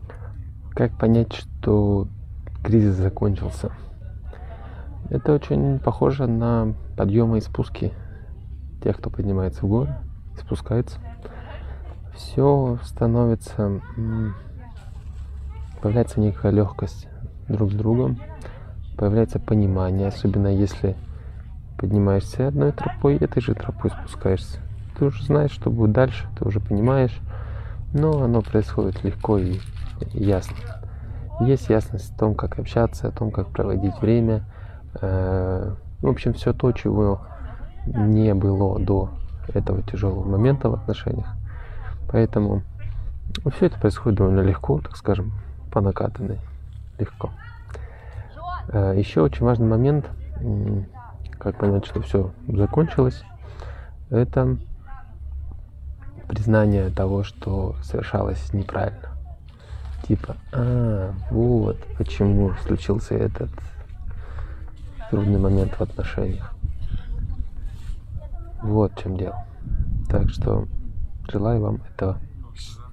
Как понять, что кризис закончился? Это очень похоже на подъемы и спуски тех, кто поднимается в горы и спускается. Все становится, появляется некая легкость друг с другом, появляется понимание, особенно если поднимаешься одной тропой, этой же тропой спускаешься. Ты уже знаешь, что будет дальше, ты уже понимаешь, но оно происходит легко и ясно. Есть ясность в том, как общаться, о том, как проводить время. В общем, все то, чего не было до этого тяжелого момента в отношениях. Поэтому все это происходит довольно легко, так скажем, по накатанной. Легко. Еще очень важный момент, как понять, что все закончилось, это признание того, что совершалось неправильно. Типа, вот почему случился этот трудный момент в отношениях. Вот в чем дело. Так что желаю вам этого.